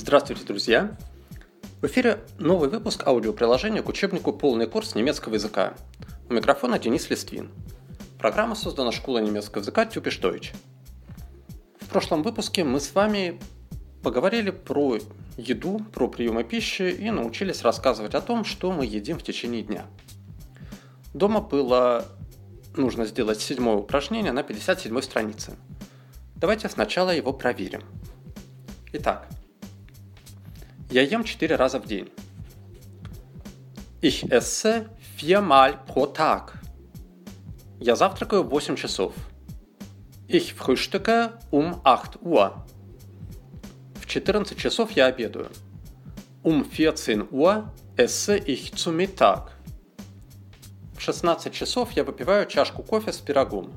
Здравствуйте, друзья! В эфире новый выпуск аудиоприложения к учебнику «Полный курс немецкого языка». У микрофона Денис Листвин. Программа создана школой немецкого языка Typisch Deutsch. В прошлом выпуске мы с вами поговорили про еду, про приемы пищи и научились рассказывать о том, что мы едим в течение дня. Дома было нужно сделать 7-е упражнение на 57-й странице. Давайте сначала его проверим. Итак, я ем 4 раза в день. Ich esse 4-mal pro Tag. Я завтракаю в 8 часов. Ich frühstücke 8 Uhr. В 14 часов я обедаю. 14 Uhr esse ich zu Mittag. В 16 часов я выпиваю чашку кофе с пирогом.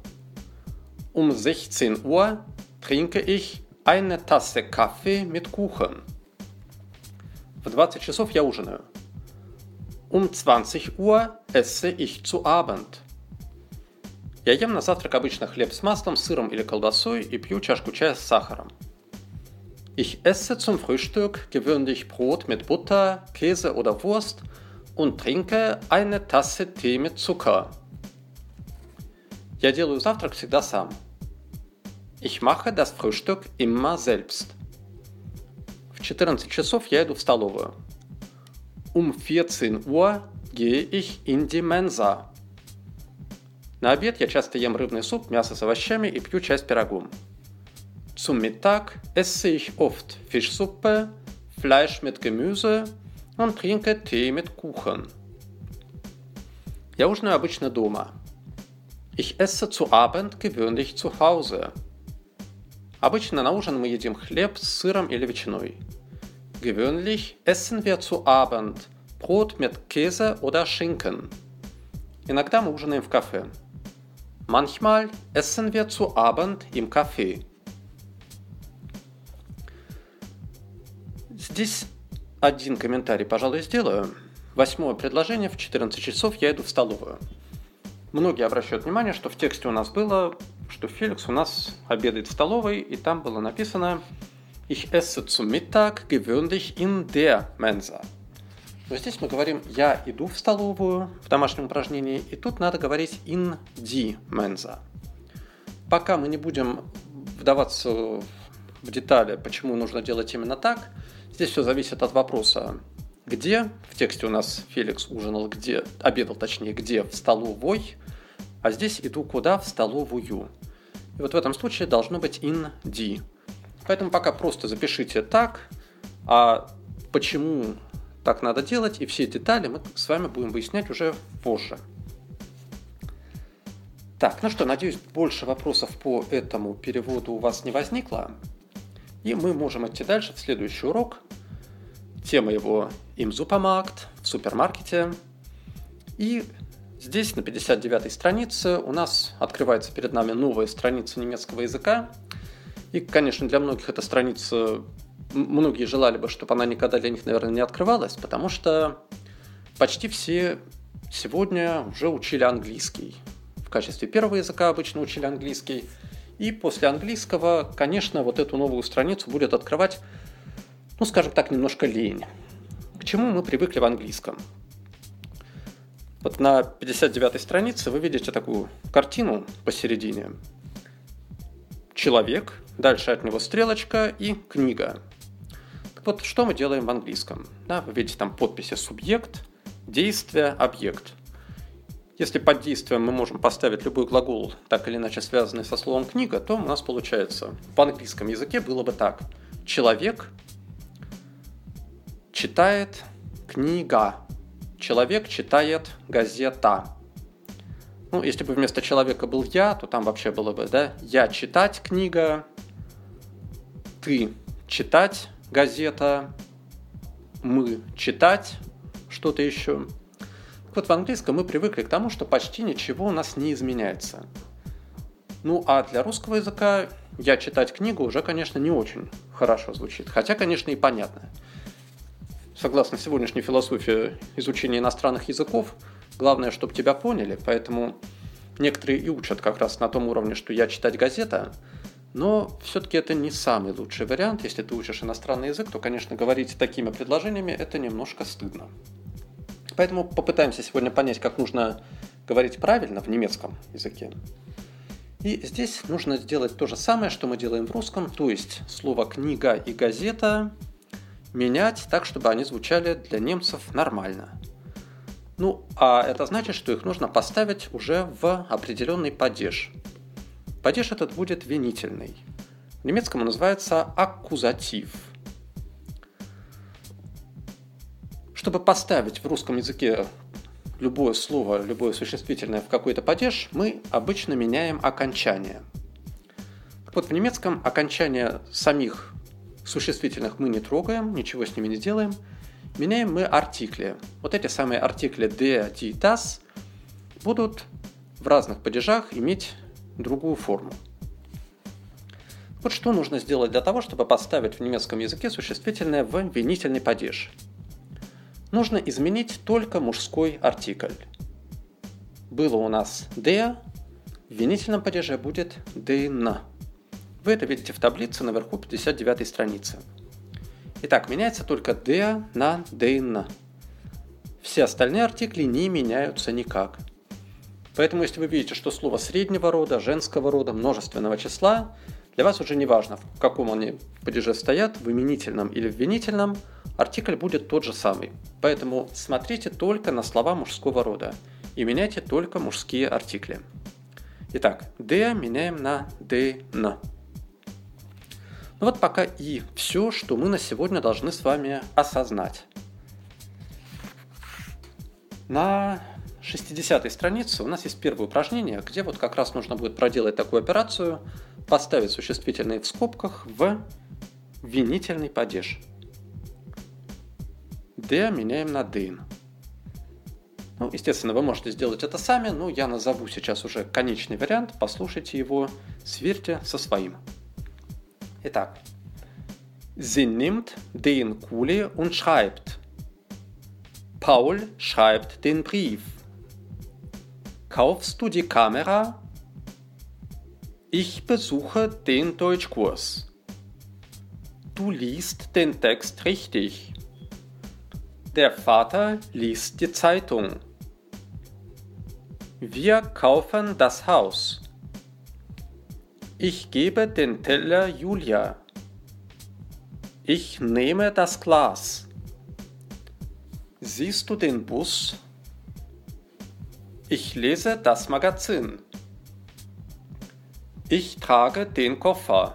16 Uhr trinke ich eine Tasse Kaffee mit Kuchen. В 20 часов я ужинаю. 20 Uhr esse ich zu Abend. Я ем на завтрак обычно хлеб с маслом, сыром или колбасой и пью чашку чая с сахаром. Ich esse zum Frühstück gewöhnlich Brot mit Butter, Käse oder Wurst und trinke eine Tasse Tee mit Zucker. Я делаю завтрак всегда сам. Ich mache das Frühstück immer selbst. В 14 часов я иду в столовую. 14 Uhr gehe ich in die Mensa. На обед я часто ем рыбный суп, мясо с овощами и пью чай с пирогом. Zum Mittag esse ich oft Fischsuppe, Fleisch mit Gemüse und trinke Tee mit Kuchen. Я ужинаю обычно дома. Ich esse zu Abend gewöhnlich zu Hause. Обычно на ужин мы едим хлеб с сыром или ветчиной. Gewöhnlich essen wir zu Abend Brot mit Käse oder Schinken. Иногда мы ужинаем в кафе. Manchmal essen wir zu Abend im Café. Здесь один комментарий, пожалуй, сделаю. 8-е предложение: в 14 часов я иду в столовую. Многие обращают внимание, что в тексте у нас было, что Феликс у нас обедает в столовой, и там было написано Ich esse zum Mittag gewöhnlich in der Mensa. Но здесь мы говорим «я иду в столовую» в домашнем упражнении, и тут надо говорить in die Mensa. Пока мы не будем вдаваться в детали, почему нужно делать именно так, здесь все зависит от вопроса «где?». В тексте у нас Феликс ужинал где, обедал точнее, где? В столовой, а здесь иду куда? В столовую. И вот в этом случае должно быть in die. Поэтому пока просто запишите так, а почему так надо делать и все детали мы с вами будем выяснять уже позже. Так, ну что, надеюсь, больше вопросов по этому переводу у вас не возникло. И мы можем идти дальше в следующий урок. Тема его «Im Supermarkt», в супермаркете. И здесь на 59-й странице у нас открывается перед нами новая страница немецкого языка. И, конечно, для многих эта страница, многие желали бы, чтобы она никогда для них, наверное, не открывалась, потому что почти все сегодня уже учили английский. В качестве первого языка обычно учили английский. И после английского, конечно, вот эту новую страницу будет открывать, ну, скажем так, немножко лень. К чему мы привыкли в английском? Вот на 59-й странице вы видите такую картину посередине. Человек, дальше от него стрелочка и книга. Так вот, что мы делаем в английском? Да, вы видите там подписи «субъект», «действие», «объект». Если под действием мы можем поставить любой глагол, так или иначе связанный со словом «книга», то у нас получается в английском языке было бы так. Человек читает книга. Человек читает газета. Ну, если бы вместо человека был я, то там вообще было бы, да, я читать книга, ты читать газета, мы читать что-то еще. Так вот, в английском мы привыкли к тому, что почти ничего у нас не изменяется. Ну, а для русского языка я читать книгу уже, конечно, не очень хорошо звучит. Хотя, конечно, и понятно. Согласно сегодняшней философии изучения иностранных языков, главное, чтобы тебя поняли, поэтому некоторые и учат как раз на том уровне, что я читать газета, Но все-таки это не самый лучший вариант. Если ты учишь иностранный язык, то, конечно, говорить такими предложениями это немножко стыдно. Поэтому попытаемся сегодня понять, как нужно говорить правильно в немецком языке. И здесь нужно сделать то же самое, что мы делаем в русском, то есть слово «книга» и «газета» менять так, чтобы они звучали для немцев нормально. Ну, а это значит, что их нужно поставить уже в определенный падеж. Падеж этот будет винительный. В немецком он называется аккузатив. Чтобы поставить в русском языке любое слово, любое существительное в какой-то падеж, мы обычно меняем окончание. Так вот, в немецком окончание самих существительных мы не трогаем, ничего с ними не делаем. Меняем мы артикли. Вот эти самые артикли der, die, das будут в разных падежах иметь другую форму. Вот что нужно сделать для того, чтобы поставить в немецком языке существительное в винительный падеж. Нужно изменить только мужской артикль. Было у нас der, в винительном падеже будет den. Вы это видите в таблице наверху 59 страницы. Итак, меняется только der на den. Все остальные артикли не меняются никак. Поэтому, если вы видите, что слово среднего рода, женского рода, множественного числа, для вас уже не важно, в каком они падеже стоят, в именительном или в винительном, артикль будет тот же самый. Поэтому смотрите только на слова мужского рода и меняйте только мужские артикли. Итак, der меняем на den. Ну вот пока и все, что мы на сегодня должны с вами осознать. На 60-й странице у нас есть первое упражнение, где вот как раз нужно будет проделать такую операцию, поставить существительные в скобках в винительный падеж. Der меняем на den. Ну, естественно, вы можете сделать это сами, но я назову сейчас уже конечный вариант, послушайте его, сверьте со своим. Итак, sie nimmt den Kuli und schreibt. Paul schreibt den Brief. Kaufst du die Kamera? Ich besuche den Deutschkurs. Du liest den Text richtig. Der Vater liest die Zeitung. Wir kaufen das Haus. Ich gebe den Teller Julia. Ich nehme das Glas. Siehst du den Bus? Ich lese das Magazin. Ich trage den Koffer.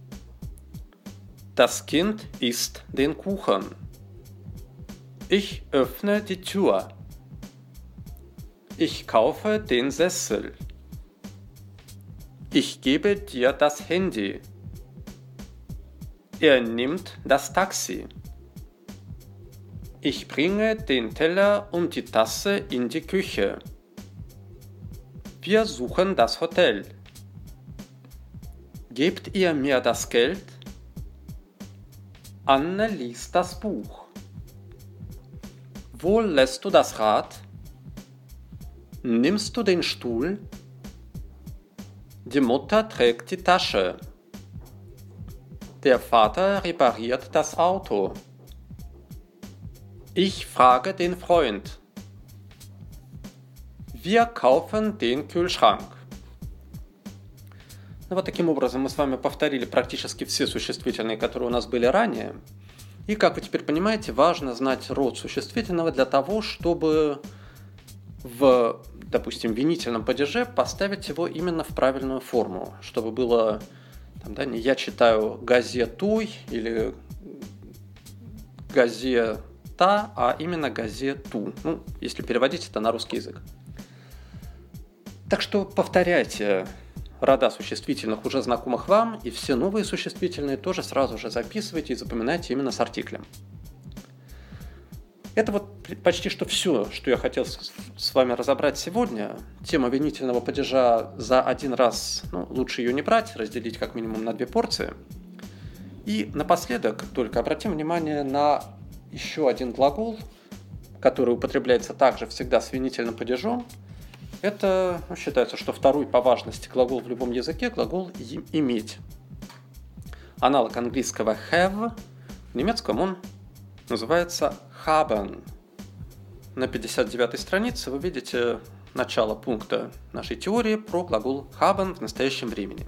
Das Kind isst den Kuchen. Ich öffne die Tür. Ich kaufe den Sessel. Ich gebe dir das Handy. Er nimmt das Taxi. Ich bringe den Teller und die Tasse in die Küche. Wir suchen das Hotel. Gebt ihr mir das Geld? Anne liest das Buch. Wo lässt du das Rad? Nimmst du den Stuhl? Die Mutter trägt die Tasche. Der Vater repariert das Auto. Ich frage den Freund. Wir kaufen den Kühlschrank. Ну вот таким образом мы с вами повторили практически все существительные, которые у нас были ранее. И, как вы теперь понимаете, важно знать род существительного для того, чтобы в, допустим, винительном падеже поставить его именно в правильную форму, чтобы было, там, да, не я читаю газетой или газета, а именно газету, ну, если переводить это на русский язык. Так что повторяйте рода существительных, уже знакомых вам, и все новые существительные тоже сразу же записывайте и запоминайте именно с артиклем. Это вот почти что все, что я хотел с вами разобрать сегодня. Тема винительного падежа за один раз, лучше ее не брать, разделить как минимум на 2 порции. И напоследок только обратим внимание на еще один глагол, который употребляется также всегда с винительным падежом. Это считается, что второй по важности глагол в любом языке – глагол «иметь». аналог английского have, в немецком он называется haben. На 59-й странице вы видите начало пункта нашей теории про глагол haben в настоящем времени.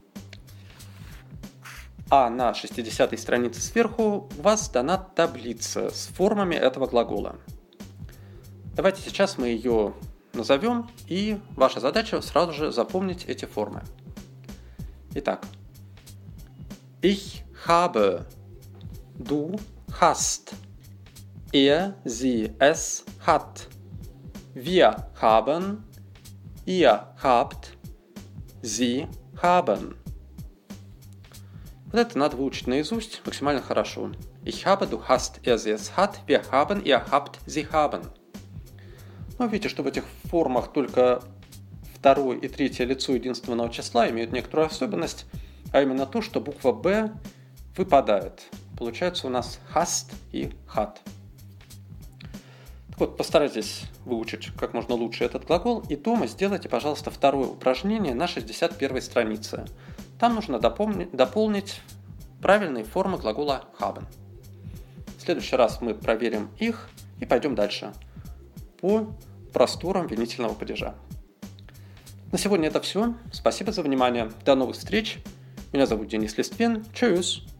А на 60-й странице сверху у вас дана таблица с формами этого глагола. Давайте сейчас мы ее назовем, и ваша задача сразу же запомнить эти формы. Итак, ich habe, du hast, sie, es hat, wir haben, ihr habt, sie haben. Вот это надо выучить наизусть максимально хорошо. Ich habe, du hast, sie, es hat, wir haben, ihr habt, sie haben. Но видите, что в этих формах только второе и третье лицо единственного числа имеют некоторую особенность, а именно то, что буква «Б» выпадает. Получается у нас hast и hat. Так вот, постарайтесь выучить как можно лучше этот глагол, и дома сделайте, пожалуйста, второе упражнение на 61 странице. Там нужно дополнить правильные формы глагола haben. В следующий раз мы проверим их и пойдем дальше по просторам винительного падежа. На сегодня это все. Спасибо за внимание. До новых встреч. Меня зовут Денис Листвин. Tschüss.